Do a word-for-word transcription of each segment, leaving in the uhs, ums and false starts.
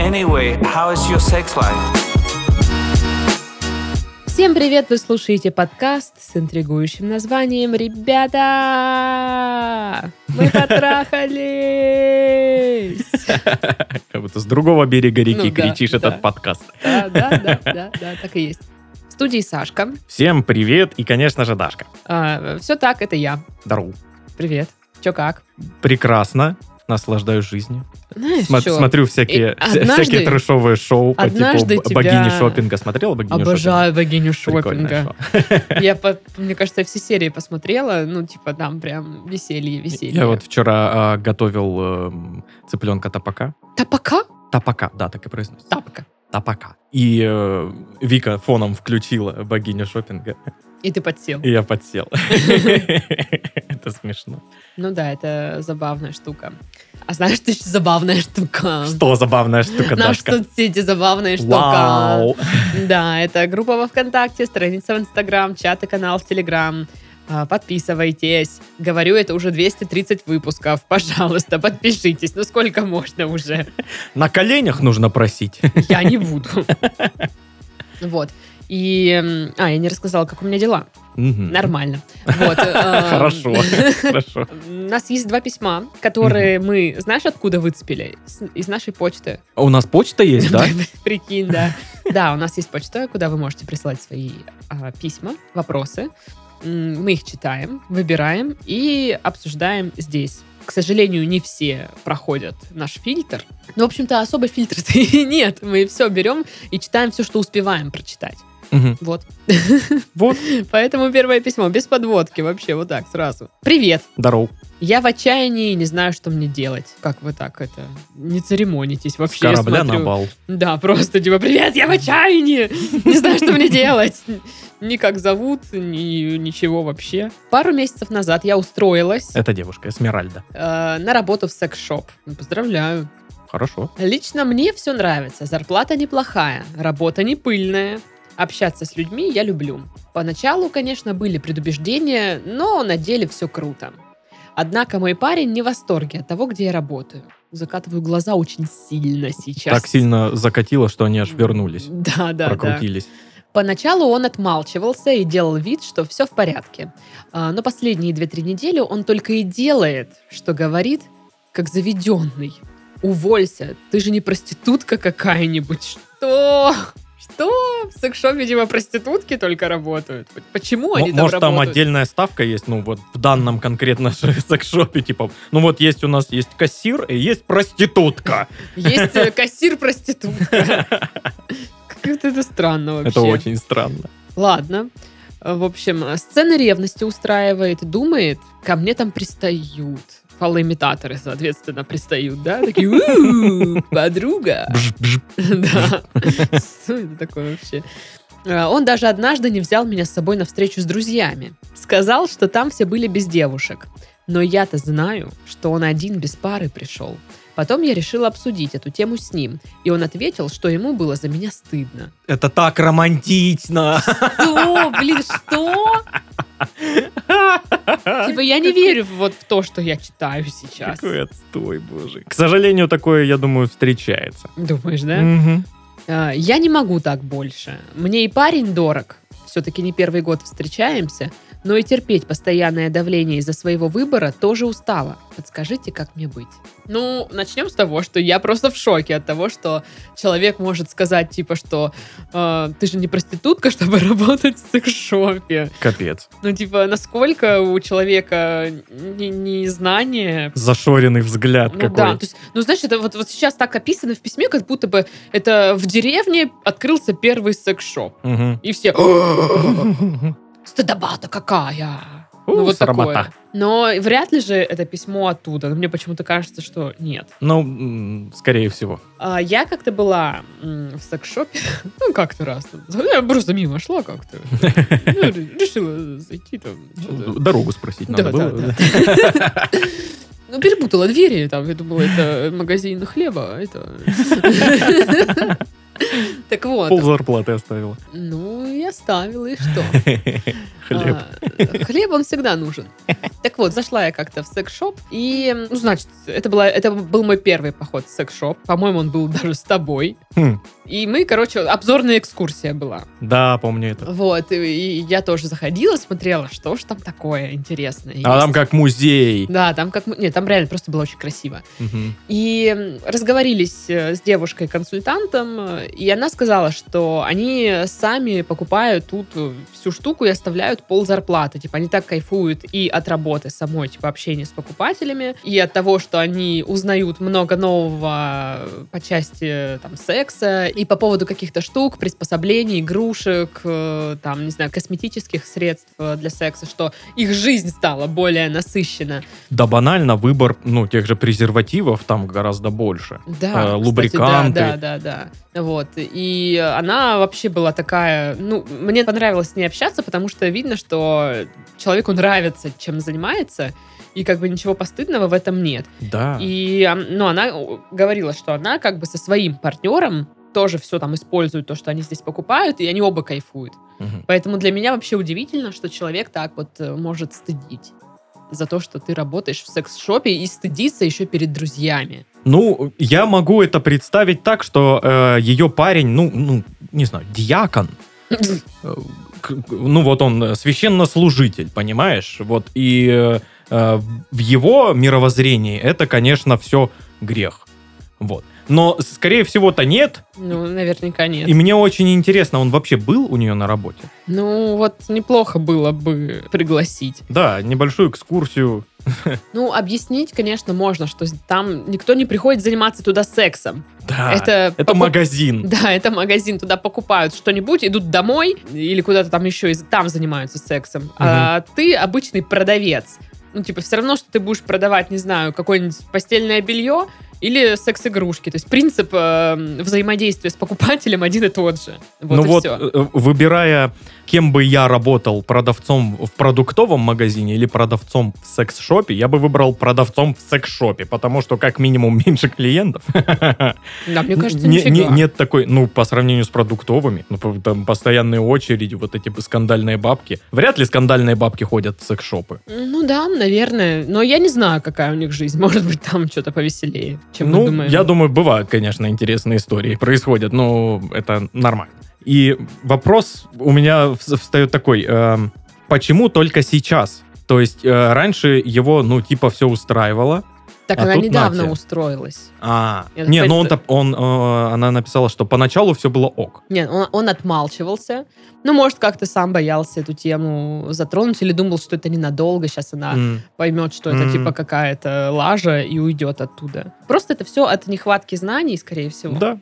Anyway, how is your sex life? Всем привет! Вы слушаете подкаст с интригующим названием «Ребята, мы потрахались!» Как будто с другого берега реки Ну да, кричишь да. этот подкаст. Да, да, да, да, да, так и есть. В студии Сашка. Всем привет и, конечно же, Дашка. А, все так, это я. Здорово. Привет. Чё как? Прекрасно. Наслаждаюсь жизнью. Знаешь, Смо- чё? Смотрю всякие, И однажды- всякие трэшовые шоу по однажды типу тебя- богини шопинга. Смотрела богиню Обожаю богиню шопинга? Прикольное шопинга. шоу. Я, по- мне кажется, я все серии посмотрела. Ну, типа, там прям веселье, веселье. Я вот вчера а, готовил эм, цыпленка тапака. Тапака? Тапака, да, так и произносится. Тапка. Тапака. И э, Вика фоном включила богиню шопинга, И ты подсел. и я подсел. Это смешно. Ну да, это забавная штука. А знаешь, что еще забавная штука? Что забавная штука, Наши Дашка? соцсети забавная штука. Вау! Да, это группа во ВКонтакте, страница в Инстаграм, чат и канал в Телеграм. А, Подписывайтесь. Говорю, это уже двести тридцать выпусков. Пожалуйста, подпишитесь. Ну сколько можно уже? На коленях нужно просить. Я не буду. Вот. И... м, А, я не рассказала, как у меня дела. Мгм. Нормально. Вот. эм, Хорошо, хорошо. У нас есть два письма, которые мы, знаешь, откуда выцепили? С- Из нашей почты. А у нас почта есть, да? Прикинь, да. Да, у нас есть почта, куда вы можете присылать свои а, письма, вопросы. М, Мы их читаем, выбираем и обсуждаем здесь. К сожалению, не все проходят наш фильтр. Но, в общем-то, особо фильтра-то и нет. Мы все берем и читаем все, что успеваем прочитать. Мгм. Вот. Вот, Поэтому первое письмо без подводки вообще, вот так сразу. Привет. здорово. Я в отчаянии и не знаю, что мне делать. Как вы так это? Не церемонитесь С вообще, я корабля смотрю. на бал. Да, просто типа, привет, я в отчаянии! Не знаю, что мне делать. Ни как зовут, ни ничего вообще. Пару месяцев назад я устроилась Это девушка, Эсмеральда. э, на работу в секс-шоп. Ну, Поздравляю. Хорошо. Лично мне все нравится. Зарплата неплохая, работа не пыльная. Общаться с людьми я люблю. Поначалу, конечно, были предубеждения, но на деле все круто. Однако мой парень не в восторге от того, где я работаю. Закатываю глаза очень сильно сейчас. Так сильно закатило, что они аж вернулись. Да, да, да. Прокрутились. Поначалу он отмалчивался и делал вид, что все в порядке. А, Но последние две-три недели он только и делает, что говорит, как заведенный. Уволься, ты же не проститутка какая-нибудь. Что? Что? В секс-шопе, видимо, проститутки только работают. Почему они М- там Может, там работают? отдельная ставка есть, ну вот в данном конкретно секс-шопе, типа, ну вот есть у нас есть кассир и есть проститутка. Есть э, кассир-проститутка. Как-то это странно вообще. Это очень странно. Ладно. В общем, сцены ревности устраивает. Думает, ко мне там пристают. Фалоимитаторы, соответственно, пристают, да? Такие, «У-у-у, подруга. Бж-бж. Да. Что это такое вообще? А, Он даже однажды не взял меня с собой на встречу с друзьями. Сказал, что там все были без девушек. Но я-то знаю, что он один без пары пришел. Потом я решила обсудить эту тему с ним. И он ответил, что ему было за меня стыдно. Это так романтично. Что? Блин, что? Типа, я не верю вот в то, что я читаю сейчас. Какой отстой, боже. К сожалению, такое, я думаю, встречается. Думаешь, да? Мгм. А, Я не могу так больше. Мне и парень дорог. Все-таки не первый год встречаемся. Но и терпеть постоянное давление из-за своего выбора тоже устала. Подскажите, как мне быть? Ну, начнем с того, что я просто в шоке от того, что человек может сказать, типа, что э, ты же не проститутка, чтобы работать в секс-шопе. Капец. Ну, типа, насколько у человека не- незнание. Зашоренный взгляд Ну какой. да, то есть, ну знаешь, это вот, вот сейчас так описано в письме, как будто бы это в деревне открылся первый секс-шоп. Мгм. И все, стыдоба-то какая. У, Ну вот срамота. такое. Но вряд ли же это письмо оттуда. Но мне почему-то кажется, что нет. Ну, м, скорее всего. А я как-то была м, в секс-шопе. Ну, как-то раз. Я просто мимо шла как-то. Ну, решила зайти там. что-то. Дорогу спросить надо Да, было. да, да. Ну, перепутала двери, там, я думала, это магазин хлеба, а это... Так вот. Пол зарплаты оставила. Ну, я оставила, и что? Хлеб. А, хлеб, он всегда нужен. Так вот, зашла я как-то в секс-шоп, и, ну, значит, это, была, это был мой первый поход в секс-шоп. По-моему, он был даже с тобой. Хм. И мы, короче, обзорная экскурсия была. Да, помню это. Вот, и, и я тоже заходила, смотрела, что ж там такое интересное. А есть. там как музей. Да, там как... Нет, там реально просто было очень красиво. Мгм. И разговорились э, с девушкой-консультантом, э, и она сказала, что они сами покупают тут э, всю штуку и оставляют пол зарплаты. Типа, они так кайфуют и от работы самой, типа, общения с покупателями, и от того, что они узнают много нового по части, там, секса, и по поводу каких-то штук, приспособлений, игрушек, э, там, не знаю, косметических средств э, для секса, что их жизнь стала более насыщена. Да банально, выбор, ну, тех же презервативов там гораздо больше. Да, Э, кстати, лубриканты. да, да, да, да. Вот. И она вообще была такая... Ну, мне понравилось с ней общаться, потому что видно, что человеку нравится, чем занимается, и как бы ничего постыдного в этом нет. Да. И, а, ну, она говорила, что она как бы со своим партнером тоже все там использует, то, что они здесь покупают, и они оба кайфуют. Мгм. Поэтому для меня вообще удивительно, что человек так вот э, может стыдить за то, что ты работаешь в секс-шопе, и стыдиться еще перед друзьями. Ну, я могу это представить так, что э, ее парень, ну, ну, не знаю, диакон. Э, к- Ну, вот он э, священнослужитель, понимаешь? Вот, и э, э, в его мировоззрении это, конечно, все грех. Вот. Но, скорее всего-то, нет. Ну, наверняка нет. И мне очень интересно, он вообще был у нее на работе? Ну, вот неплохо было бы пригласить. Да, небольшую экскурсию. Ну, объяснить, конечно, можно, что там никто не приходит заниматься туда сексом. Да, Это это покуп- магазин. Да, это магазин, туда покупают что-нибудь, идут домой или куда-то там еще, и там занимаются сексом. А ты обычный продавец. Ну, типа, все равно, что ты будешь продавать, не знаю, какое-нибудь постельное белье или секс-игрушки. То есть принцип э, взаимодействия с покупателем один и тот же. Вот Ну и вот, все. э, выбирая, кем бы я работал, продавцом в продуктовом магазине или продавцом в секс-шопе, я бы выбрал продавцом в секс-шопе, потому что как минимум меньше клиентов. Да, мне кажется, Не- нифига. не- Нет такой, ну, по сравнению с продуктовыми, ну, по- там постоянные очереди, вот эти бы скандальные бабки. Вряд ли скандальные бабки ходят в секс-шопы. Ну да, наверное. Но я не знаю, какая у них жизнь. Может быть, там что-то повеселее, чем мы Ну, думаем. я думаю, бывают, конечно, интересные истории происходят, но это нормально. И вопрос у меня вс- встает такой, эм, почему только сейчас? То есть э, раньше его, ну, типа, все устраивало. Так а она тут недавно нате. устроилась. А, Я не, так ну понимаю, он, он, э, она написала, что поначалу все было ок. Нет, он, он отмалчивался. Ну, может, как-то сам боялся эту тему затронуть или думал, что это ненадолго. Сейчас она М. поймет, что это М. типа какая-то лажа и уйдет оттуда. Просто это все от нехватки знаний, скорее всего. Да.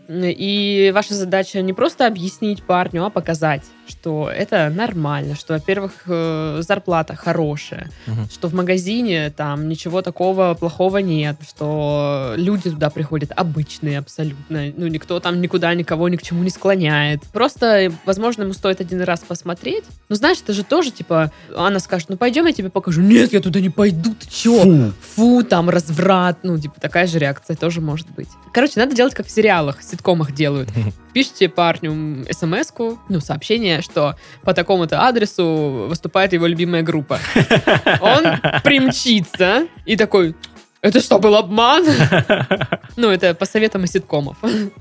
И ваша задача не просто объяснить парню, а показать, что это нормально, что, во-первых, э, зарплата хорошая, Мгм. что в магазине там ничего такого плохого нет, что люди туда приходят обычные абсолютно, ну, никто там никуда никого ни к чему не склоняет. Просто, возможно, ему стоит один раз посмотреть. Ну, знаешь, это же тоже, типа, она скажет, ну, пойдем, я тебе покажу. Нет, я туда не пойду, ты чё? Фу. Фу, там разврат. Ну, типа, такая же реакция тоже может быть. Короче, надо делать, как в сериалах, в ситкомах делают. Пишите парню смс-ку, ну, сообщение, что по такому-то адресу выступает его любимая группа. Он примчится и такой, это что, был обман? Ну, это по советам из ситкомов.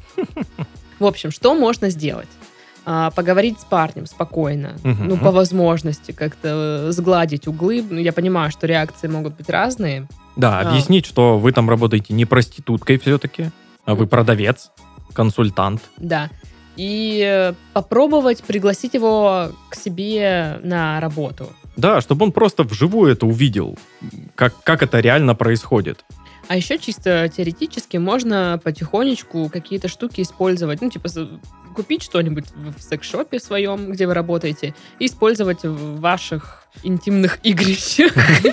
В общем, что можно сделать? А, поговорить с парнем спокойно, Мгм. ну, по возможности, как-то сгладить углы. Ну, я понимаю, что реакции могут быть разные. Да, А. объяснить, что вы там работаете не проституткой все-таки, а вы продавец, консультант. Да. И э, попробовать пригласить его к себе на работу. Да, чтобы он просто вживую это увидел, как, как это реально происходит. А еще чисто теоретически можно потихонечку какие-то штуки использовать. Ну, типа, с- купить что-нибудь в секс-шопе своем, где вы работаете, и использовать в ваших интимных игрищах.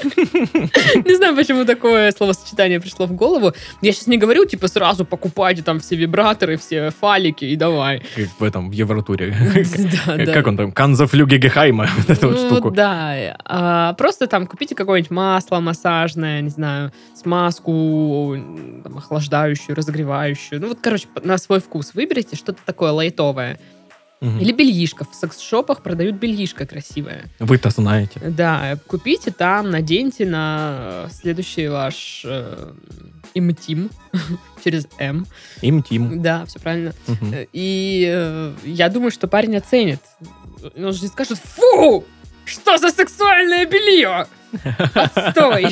Не знаю, почему такое словосочетание пришло в голову. Я сейчас не говорю, типа, сразу покупайте там все вибраторы, все фалики и давай. Как в этом, в Евротуре. Да, да. Как он там? Канзафлюге Гехайма. Вот эту вот Ну, штуку. да. А, просто там купите какое-нибудь масло массажное, не знаю, смазку там, охлаждающую, разогревающую. Ну вот, короче, на свой вкус выберите что-то такое лайтовое. Мгм. Или бельишко. В секс-шопах продают бельишко красивое. Вы-то знаете. Да, купите там, наденьте на следующий ваш э, интим через М. Интим. Да, все правильно. Мгм. И э, я думаю, что парень оценит. Он же не скажет: фу! Что за сексуальное белье? Отстой!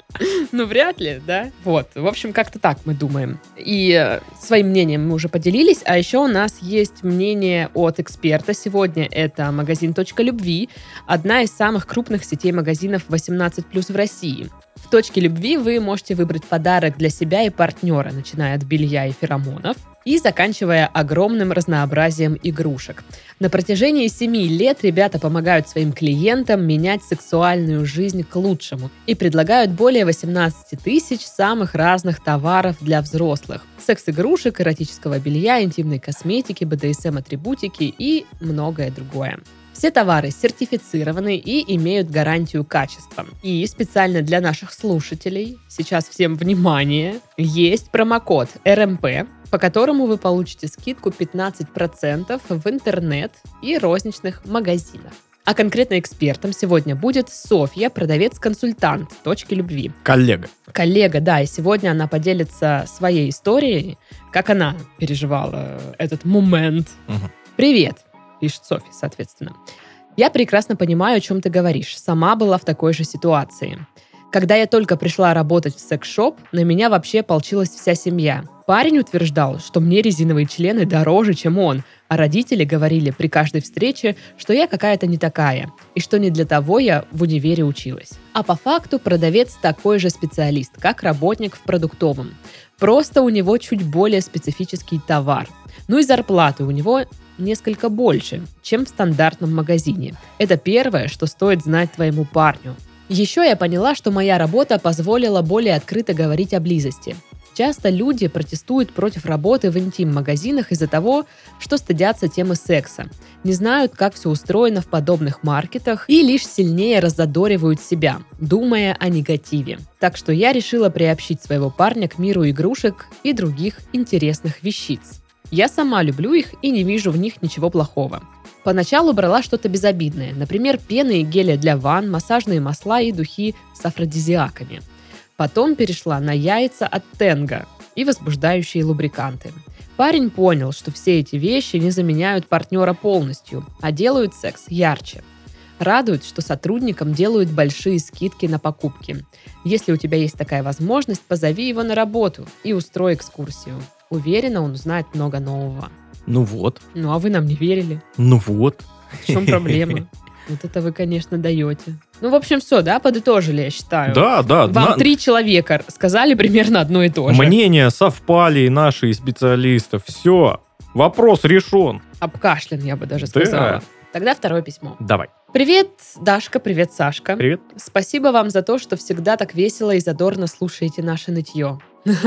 Ну, вряд ли, да? Вот, в общем, как-то так мы думаем. И э, своим мнением мы уже поделились, а еще у нас есть мнение от эксперта сегодня. Это магазин «Точка любви», одна из самых крупных сетей магазинов восемнадцать плюс в России. В «Точке любви» вы можете выбрать подарок для себя и партнера, начиная от белья и феромонов и заканчивая огромным разнообразием игрушек. На протяжении семи лет ребята помогают своим клиентам менять сексуальную жизнь к лучшему и предлагают более восемнадцать тысяч самых разных товаров для взрослых. Секс-игрушек, эротического белья, интимной косметики, бэ дэ эс эм-атрибутики и многое другое. Все товары сертифицированы и имеют гарантию качества. И специально для наших слушателей, сейчас всем внимание, есть промокод эр эм пэ, по которому вы получите скидку пятнадцать процентов в интернет и розничных магазинах. А конкретно экспертом сегодня будет Софья, продавец-консультант «Точки любви». Коллега. Коллега, да, и сегодня она поделится своей историей, как она переживала этот момент. Мгм. «Привет», пишет Софья, соответственно. «Я прекрасно понимаю, о чем ты говоришь. Сама была в такой же ситуации. Когда я только пришла работать в секс-шоп, на меня вообще ополчилась вся семья. Парень утверждал, что мне резиновые члены дороже, чем он, а родители говорили при каждой встрече, что я какая-то не такая, и что не для того я в универе училась. А по факту продавец такой же специалист, как работник в продуктовом. Просто у него чуть более специфический товар. Ну и зарплаты у него несколько больше, чем в стандартном магазине. Это первое, что стоит знать твоему парню. Еще я поняла, что моя работа позволила более открыто говорить о близости. Часто люди протестуют против работы в интим-магазинах из-за того, что стыдятся темы секса, не знают, как все устроено в подобных маркетах и лишь сильнее раззадоривают себя, думая о негативе. Так что я решила приобщить своего парня к миру игрушек и других интересных вещиц. Я сама люблю их и не вижу в них ничего плохого. Поначалу брала что-то безобидное, например, пены и гели для ванн, массажные масла и духи с афродизиаками. Потом перешла на яйца от Тенга и возбуждающие лубриканты. Парень понял, что все эти вещи не заменяют партнера полностью, а делают секс ярче. Радует, что сотрудникам делают большие скидки на покупки. Если у тебя есть такая возможность, позови его на работу и устрой экскурсию. Уверена, он узнает много нового. Ну вот. Ну, а вы нам не верили. Ну вот. В чем проблема? Вот это вы, конечно, даете. Ну, в общем, все, да, подытожили, я считаю. Да, да. Вам на- три человека сказали примерно одно и то же. Мнения совпали, и наши, и специалистов. Все. Вопрос решен. Обкашлен, я бы даже Да. сказала. Тогда второе письмо. Давай. Привет, Дашка, привет, Сашка. Привет. Спасибо вам за то, что всегда так весело и задорно слушаете наше нытье.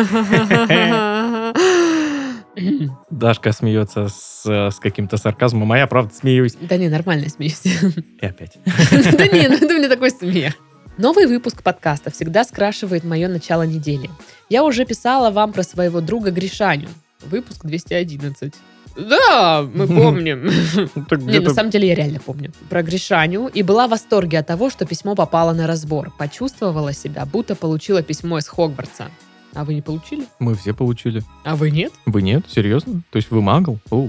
Дашка смеется с, с каким-то сарказмом, а я, правда, смеюсь. Да не, нормально смеюсь. И опять. Да не, ну это у меня такой смех. Новый выпуск подкаста всегда скрашивает мое начало недели. Я уже писала вам про своего друга Гришаню. Выпуск двести одиннадцать. Да, мы помним. Так Не, где-то- на самом деле я реально помню. Про Гришаню. И была в восторге от того, что письмо попало на разбор. Почувствовала себя, будто получила письмо из Хогвартса. А вы не получили? Мы все получили. А вы нет? Вы нет? Серьезно? То есть вы магл? Оу.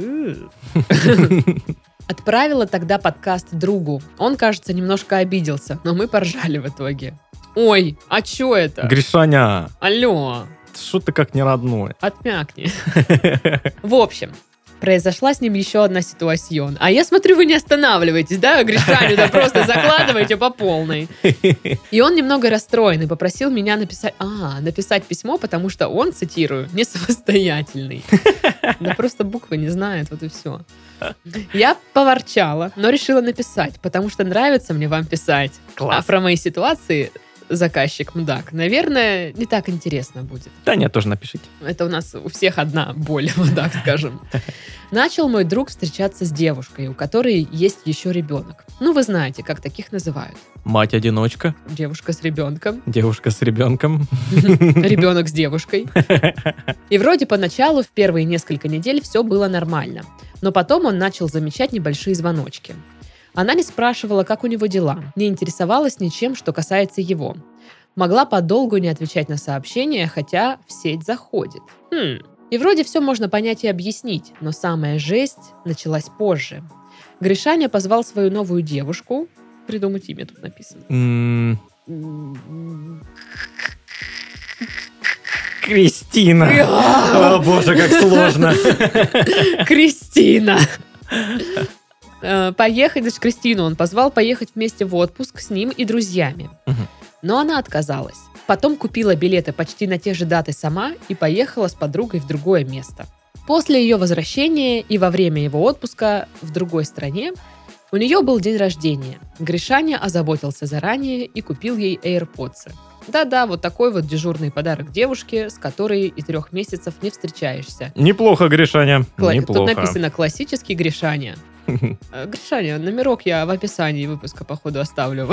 Отправила тогда подкаст другу. Он, кажется, немножко обиделся, но мы поржали в итоге. Ой, а чё это? Гришаня, Алло, что ты как не родной? отмякни. В общем, Произошла с ним еще одна ситуация. А я смотрю, вы не останавливаетесь, да, Гришаню, да просто закладываете по полной. И он немного расстроен и попросил меня написать, а, написать письмо, потому что он, цитирую, не самостоятельный. Да просто буквы не знает, вот и все. Я поворчала, но решила написать, потому что нравится мне вам писать. Класс. А про мои ситуации заказчик мудак, наверное, не так интересно будет. Да нет, тоже напишите. Это у нас у всех одна боль, вот так скажем. Начал мой друг встречаться с девушкой, у которой есть еще ребенок. Ну, вы знаете, как таких называют. Мать-одиночка, Девушка с ребенком, девушка с ребенком. ребенок с девушкой. И вроде поначалу, в первые несколько недель, все было нормально. Но потом он начал замечать небольшие звоночки. Она не спрашивала, как у него дела, не интересовалась ничем, что касается его. Могла подолгу не отвечать на сообщения, хотя в сеть заходит. Хм. И вроде все можно понять и объяснить, но самая жесть началась позже. Гришаня позвал свою новую девушку. Придумать имя тут написано. М, Кристина. О, боже, как сложно. Кристина. Э, Поехать, значит, Кристину он позвал поехать вместе в отпуск с ним и друзьями. Мгм. Но она отказалась. Потом купила билеты почти на те же даты сама и поехала с подругой в другое место. После ее возвращения и во время его отпуска в другой стране у нее был день рождения. Гришаня озаботился заранее и купил ей AirPods. Да-да, вот такой вот дежурный подарок девушке, с которой и трех месяцев не встречаешься. Неплохо, Гришаня. Кла- Неплохо. Тут написано «классический Гришаня». Э, Гришаня, номерок я в описании выпуска, походу, оставлю.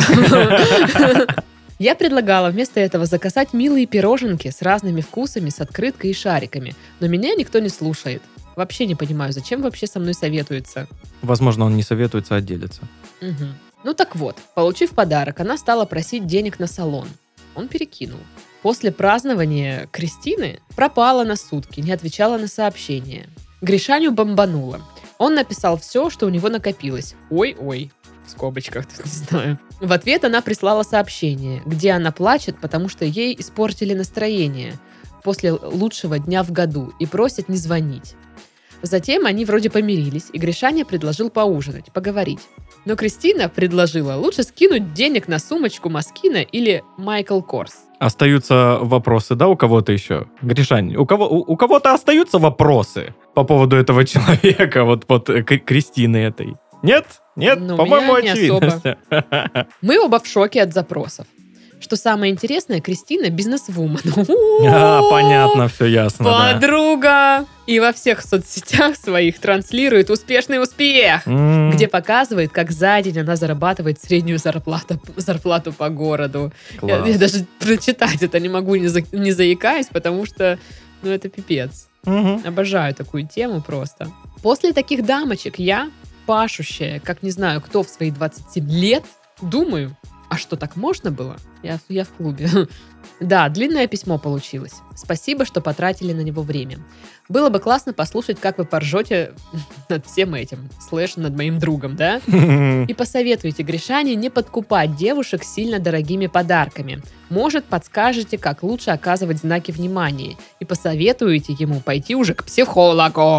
Я предлагала вместо этого заказать милые пироженки с разными вкусами, с открыткой и шариками. Но меня никто не слушает. Вообще не понимаю, зачем вообще со мной советуется. Возможно, он не советуется, а делится. Мгм. Ну так вот, получив подарок, она стала просить денег на салон. Он перекинул. После празднования Кристины пропала на сутки, не отвечала на сообщения. Гришаню бомбануло. Он написал все, что у него накопилось. Ой-ой, в скобочках, тут не знаю. В ответ она прислала сообщение, где она плачет, потому что ей испортили настроение после лучшего дня в году и просит не звонить. Затем они вроде помирились, и Гришаня предложил поужинать, поговорить. Но Кристина предложила лучше скинуть денег на сумочку Москина или Майкл Корс. Остаются вопросы, да, у кого-то еще? Гришань, у, кого, у, у кого-то остаются вопросы по поводу этого человека, вот, вот э, К- Кристины этой? Нет? Нет? Ну, у По-моему, меня не очевидно. Мы оба в шоке от запросов. Что самое интересное, Кристина бизнесвумен. А, понятно, все ясно, да. Подруга! И во всех соцсетях своих транслирует успешный успех, М, где показывает, как за день она зарабатывает среднюю зарплату, зарплату по городу. Я, класс. я даже прочитать это не могу, не, за, не заикаясь, потому что, ну, это пипец. Мгм. Обожаю такую тему просто. После таких дамочек я, пашущая, как не знаю кто в свои двадцать семь лет, думаю, а что, так можно было? Я, я в клубе. Да, длинное письмо получилось. Спасибо, что потратили на него время. Было бы классно послушать, как вы поржете над всем этим. Слэш над моим другом, да? И посоветуйте Гришане не подкупать девушек сильно дорогими подарками. Может, подскажете, как лучше оказывать знаки внимания. И посоветуете ему пойти уже к психологу.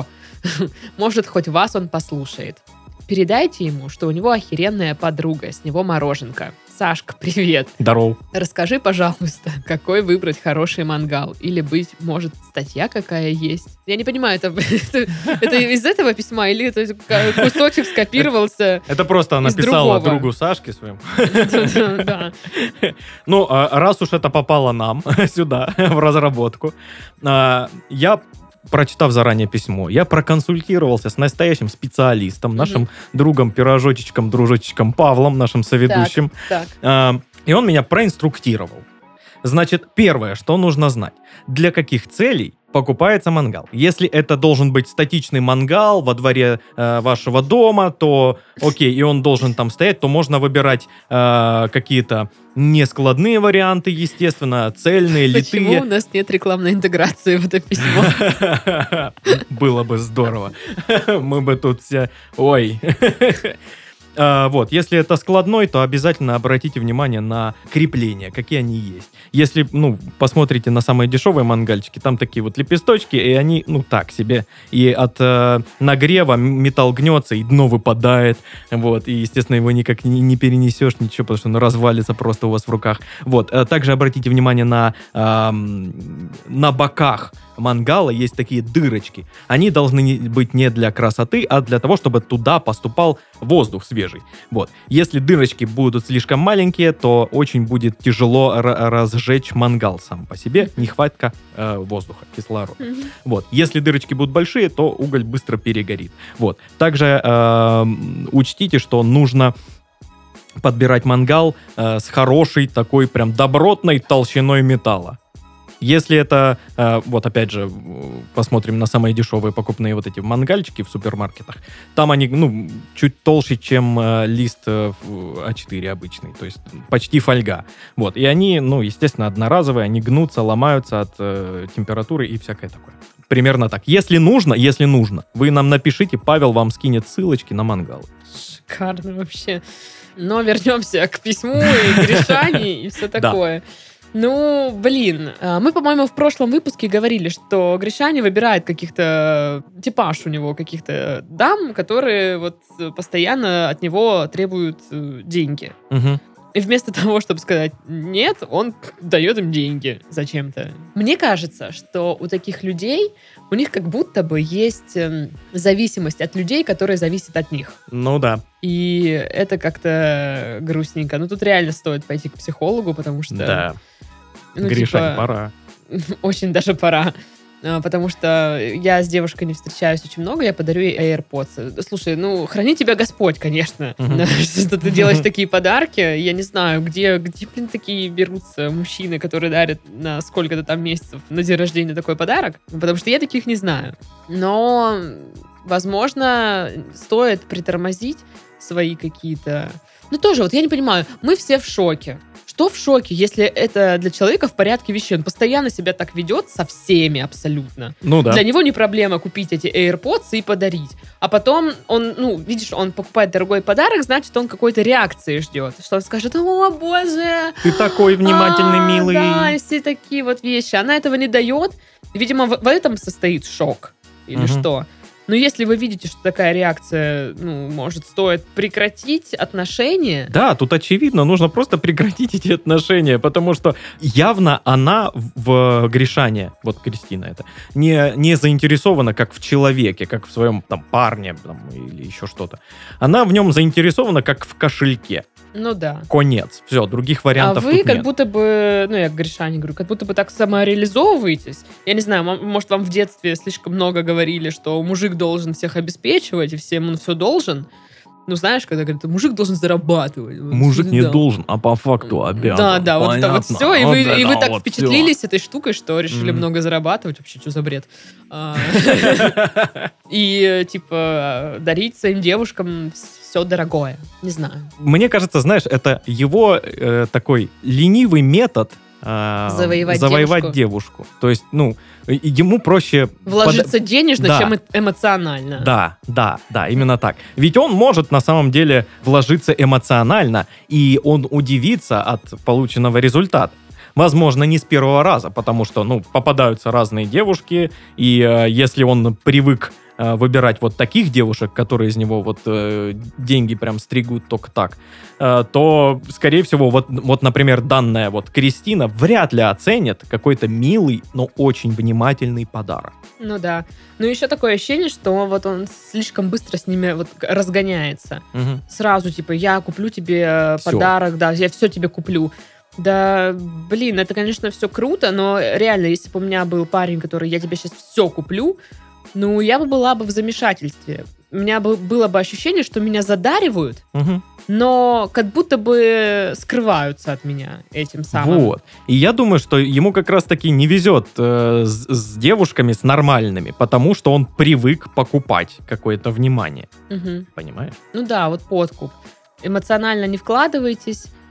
Может, хоть вас он послушает. Передайте ему, что у него охеренная подруга, с него мороженка. Сашка, привет. Здорово. Расскажи, пожалуйста, какой выбрать хороший мангал? Или, быть может, статья какая есть? Я не понимаю, это, это, это из этого письма или это кусочек скопировался? Это просто она Из писала другого. другу Сашке своему. Да. Ну, а раз уж это попало нам сюда, в разработку, а, я, прочитав заранее письмо, я проконсультировался с настоящим специалистом, нашим другом, пирожочечком, дружочечком Павлом, нашим соведущим. Так. А, И он меня проинструктировал. Значит, первое, что нужно знать. Для каких целей покупается мангал? Если это должен быть статичный мангал во дворе э, вашего дома, то окей, и он должен там стоять, то можно выбирать э, какие-то нескладные варианты, естественно, цельные, Почему у литые. нас нет рекламной интеграции в это письмо? Было бы здорово. Мы бы тут все... Ой. А, вот, если это складной, то обязательно обратите внимание на крепления, какие они есть. Если, ну, посмотрите на самые дешевые мангальчики, там такие вот лепесточки, и они, ну, так себе. И от э, нагрева металл гнется, и дно выпадает, вот, и, естественно, его никак не, не перенесешь, ничего, потому что оно развалится просто у вас в руках. Вот, а также обратите внимание на, э, на боках мангала есть такие дырочки. Они должны быть не для красоты, а для того, чтобы туда поступал воздух свежий. Вот. Если дырочки будут слишком маленькие, то очень будет тяжело р- разжечь мангал сам по себе. Нехватка э, воздуха, кислорода. Mm-hmm. Вот. Если дырочки будут большие, то уголь быстро перегорит. Вот. Также э, учтите, что нужно подбирать мангал э, с хорошей такой прям добротной толщиной металла. Если это, э, вот опять же, посмотрим на самые дешевые покупные вот эти мангальчики в супермаркетах, там они, ну, чуть толще, чем э, лист э, а четыре обычный, то есть почти фольга. Вот, и они, ну, естественно, одноразовые, они гнутся, ломаются от э, температуры и всякое такое. Примерно так. Если нужно, если нужно, вы нам напишите, Павел вам скинет ссылочки на мангалы. Шикарно вообще. Но вернемся к письму и к Гришане и все такое. Ну, блин, мы, по-моему, в прошлом выпуске говорили, что Гришаня выбирает каких-то, типаж у него каких-то дам, которые вот постоянно от него требуют деньги. Угу. И вместо того, чтобы сказать «нет», он дает им деньги зачем-то. Мне кажется, что у таких людей, у них как будто бы есть зависимость от людей, которые зависят от них. Ну да. И это как-то грустненько. Ну, тут реально стоит пойти к психологу, потому что... Да. Ну, Гришань, типа, пора. Очень даже пора. Потому что я с девушкой не встречаюсь очень много, я подарю ей AirPods. Слушай, ну, храни тебя Господь, конечно, uh-huh. что ты делаешь такие подарки. Я не знаю, где, где, блин, такие берутся мужчины, которые дарят на сколько-то там месяцев на день рождения такой подарок, потому что я таких не знаю. Но, возможно, стоит притормозить свои какие-то... Ну, тоже, вот я не понимаю, мы все в шоке. Что в шоке, если это для человека в порядке вещей? Он постоянно себя так ведет со всеми абсолютно. Ну да. Для него не проблема купить эти AirPods и подарить. А потом он, ну, видишь, он покупает дорогой подарок, значит, он какой-то реакции ждет. Что он скажет: о, боже! Ты такой внимательный, а, милый. Да, и все такие вот вещи. Она этого не дает. Видимо, в, в этом состоит шок. Или угу. что? Но если вы видите, что такая реакция, ну, может, стоит прекратить отношения... Да, тут очевидно, нужно просто прекратить эти отношения, потому что явно она в Гришане, вот Кристина это, не, не заинтересована как в человеке, как в своем там парне там, или еще что-то. Она в нем заинтересована как в кошельке. Ну да. Конец. Все, других вариантов тут нет. А вы как нет. будто бы, ну я к Гришане говорю, как будто бы так самореализовываетесь. Я не знаю, может, вам в детстве слишком много говорили, что мужик должен всех обеспечивать, и всем он все должен. Ну, знаешь, когда говорят, мужик должен зарабатывать. Мужик вот, не да. должен, а по факту обязан. Да, да, вот это вот все. И вот вы, это и вы так вот впечатлились все. этой штукой, что решили mm. много зарабатывать. Вообще, что за бред? И, типа, дарить своим девушкам все дорогое. Не знаю. Мне кажется, знаешь, это его такой ленивый метод завоевать, завоевать девушку. девушку. То есть, ну, ему проще... Вложиться под... денежно, да. чем эмоционально. Да, да, да, именно так. Ведь он может на самом деле вложиться эмоционально, и он удивится от полученного результата. Возможно, не с первого раза, потому что, ну, попадаются разные девушки, и э, если он привык э, выбирать вот таких девушек, которые из него вот э, деньги прям стригут только так, э, то, скорее всего, вот, вот, например, данная вот Кристина вряд ли оценит какой-то милый, но очень внимательный подарок. Ну да. Ну еще такое ощущение, что вот он слишком быстро с ними вот разгоняется. Угу. Сразу, типа, я куплю тебе все. Подарок, да, я все тебе куплю. Да, блин, это, конечно, все круто, но реально, если бы у меня был парень, который я тебе сейчас все куплю, ну, я бы была бы в замешательстве. У меня бы, было бы ощущение, что меня задаривают, угу. но как будто бы скрываются от меня этим самым. Вот. И я думаю, что ему как раз-таки не везет э, с, с девушками, с нормальными, потому что он привык покупать какое-то внимание. Угу. Понимаешь? Ну да, вот подкуп. Эмоционально не вкладываетесь,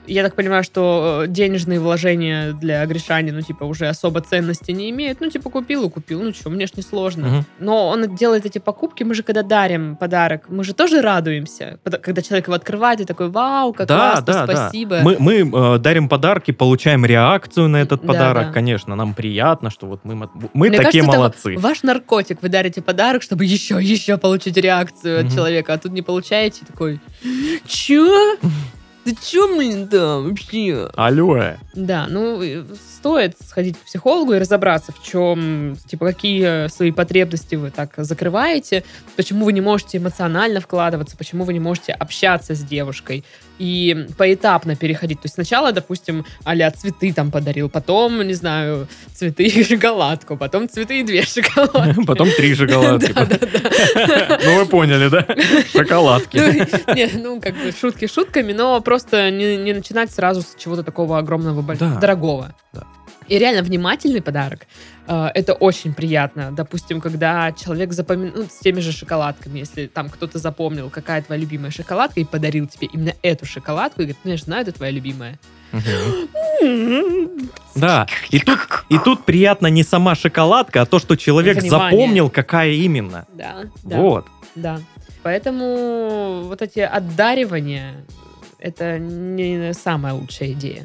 Я так понимаю, что денежные вложения для Гришани, ну, типа, уже особо ценности не имеют. Ну, типа, купил и купил. Ну, что, мне ж не сложно. Мгм. Но он делает эти покупки. Мы же, когда дарим подарок, мы же тоже радуемся. Под- Когда человек его открывает и такой, вау, как Да, классно, да, да. спасибо. Мы, мы э, дарим подарки, получаем реакцию на этот Да, подарок, да. конечно, нам приятно, что вот мы, мо- мы Мне такие кажется, это молодцы. ваш наркотик. Вы дарите подарок, чтобы еще, еще получить реакцию Мгм. от человека. А тут не получаете, и такой, чё? Да чё мне там вообще? Алло. Да, ну, э, стоит сходить к психологу и разобраться, в чем, типа, какие свои потребности вы так закрываете, почему вы не можете эмоционально вкладываться, почему вы не можете общаться с девушкой и поэтапно переходить. То есть сначала, допустим, а-ля цветы там подарил, потом, не знаю, цветы и шоколадку, потом цветы и две шоколадки. Потом три шоколадки. Да, да, да. Ну, вы поняли, да? Шоколадки. Ну, не, ну, как бы шутки шутками, но просто не, не начинать сразу с чего-то такого огромного, боль- Да. дорогого. Да. И реально внимательный подарок, э, это очень приятно. Допустим, когда человек запоминает, ну, с теми же шоколадками, если там кто-то запомнил, какая твоя любимая шоколадка, и подарил тебе именно эту шоколадку, и говорит, ну, я же знаю, это твоя любимая. Мгм. Да, и тут, и тут приятно не сама шоколадка, а то, что человек Внимание. запомнил, какая именно. Да, да. Вот. Да. Поэтому вот эти отдаривания, это не самая лучшая идея.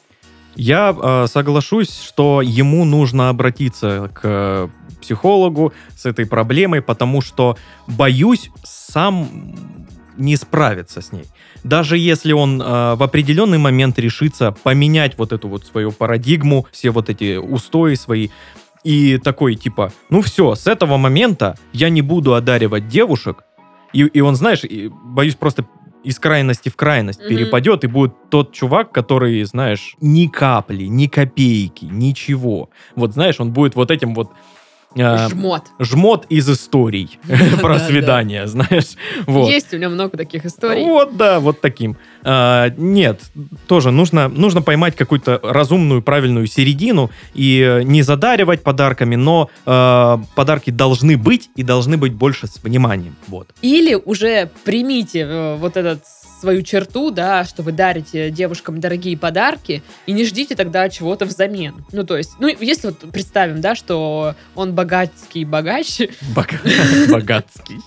Я э, соглашусь, что ему нужно обратиться к э, психологу с этой проблемой, потому что, боюсь, сам не справиться с ней. Даже если он э, в определенный момент решится поменять вот эту вот свою парадигму, все вот эти устои свои, и такой типа, ну все, с этого момента я не буду одаривать девушек, и, и он, знаешь, и, боюсь, просто из крайности в крайность Мгм. перепадет, и будет тот чувак, который, знаешь, ни капли, ни копейки, ничего. Вот, знаешь, он будет вот этим вот э, Жмот. жмот из историй про Да, да. свидания, знаешь. Вот. Есть у меня много таких историй. Вот, да, вот таким. А, нет, тоже нужно, нужно поймать какую-то разумную, правильную середину и э, не задаривать подарками, но э, подарки должны быть и должны быть больше с вниманием. Вот. Или уже примите э, вот этот свою черту, да, что вы дарите девушкам дорогие подарки, и не ждите тогда чего-то взамен. Ну, то есть, ну, если вот представим, да, что он богатский богач, Бога- Богатский.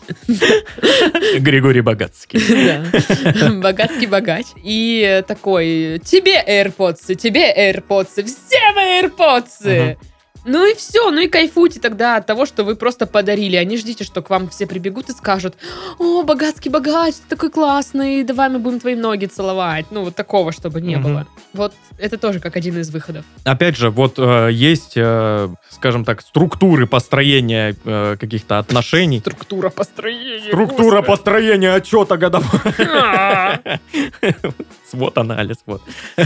Григорий Богатский. да, богатский богач, и такой, тебе AirPods, тебе AirPods, все мои AirPods! Ну и все, ну и кайфуйте тогда от того, что вы просто подарили, а не ждите, что к вам все прибегут и скажут, о, богатский богач, ты такой классный, давай мы будем твои ноги целовать. Ну, вот такого, чтобы не Мгм. было. Вот это тоже как один из выходов. Опять же, вот э, есть, э, скажем так, структуры построения э, каких-то отношений. Структура построения. Структура построения отчета годового. построения. Свод-анализ, вот.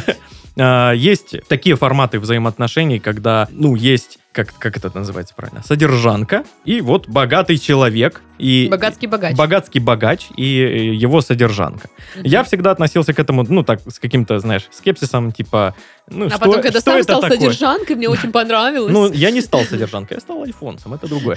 А, Есть такие форматы взаимоотношений, когда, ну, есть, как, как это называется правильно, содержанка, и вот богатый человек, и Богатский богач. богатский богач, и э, его содержанка. Я всегда относился к этому, ну, так, с каким-то, знаешь, скепсисом, типа, ну, А что, потом, когда что сам это стал такое? содержанкой, мне очень понравилось. Ну, я не стал содержанкой, я стал альфонсом, это другое.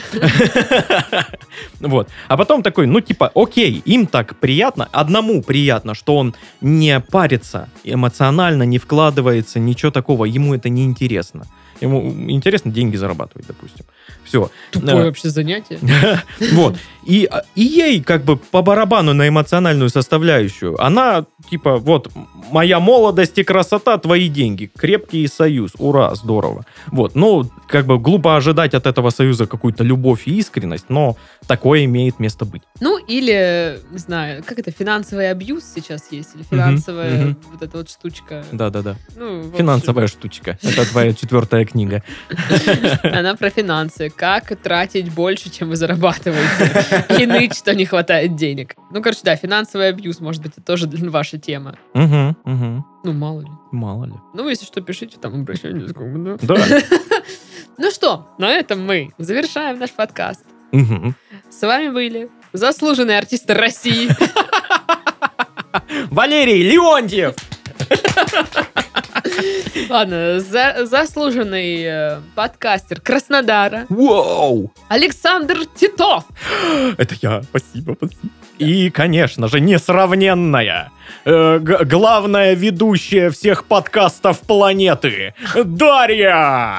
Вот. А потом такой, ну, типа, окей, им так приятно, одному приятно, что он не парится эмоционально, не вкладывается, ничего такого, ему это не интересно. Ему интересно деньги зарабатывать, допустим. Все. Тупое вообще занятие. Вот. И, и ей как бы по барабану на эмоциональную составляющую. Она типа, вот, моя молодость и красота, твои деньги. Крепкий союз. Ура, здорово. Вот. Ну, как бы глупо ожидать от этого союза какую-то любовь и искренность, но такое имеет место быть. Ну, или, не знаю, как это, финансовый абьюз сейчас есть? Или финансовая мгм. вот эта вот штучка? Да-да-да. Ну, в общем, Финансовая штучка. Это твоя четвертая книга. Она про финансы. Как тратить больше, чем вы зарабатываете. И ныть, что не хватает денег. Ну, короче, да, финансовый абьюз, может быть, это тоже ваша тема. Угу, угу. Ну, мало ли. Мало ли. Ну, если что, пишите там обращение. Да. Да. Ну что, на этом мы завершаем наш подкаст. Мгм. С вами были заслуженные артисты России. Валерий Леонтьев! Ладно, за- заслуженный э, подкастер Краснодара Вау! Александр Титов. Это я. Спасибо, спасибо. И, конечно же, несравненная, э, г- главная ведущая всех подкастов планеты, Дарья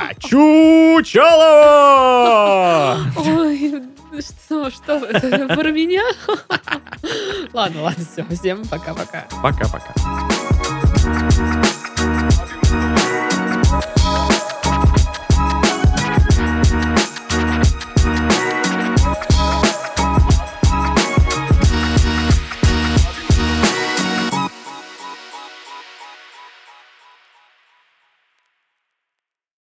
Чучалова! Ой, что, что, это про меня? Ладно, ладно, все, всем пока-пока. Пока-пока.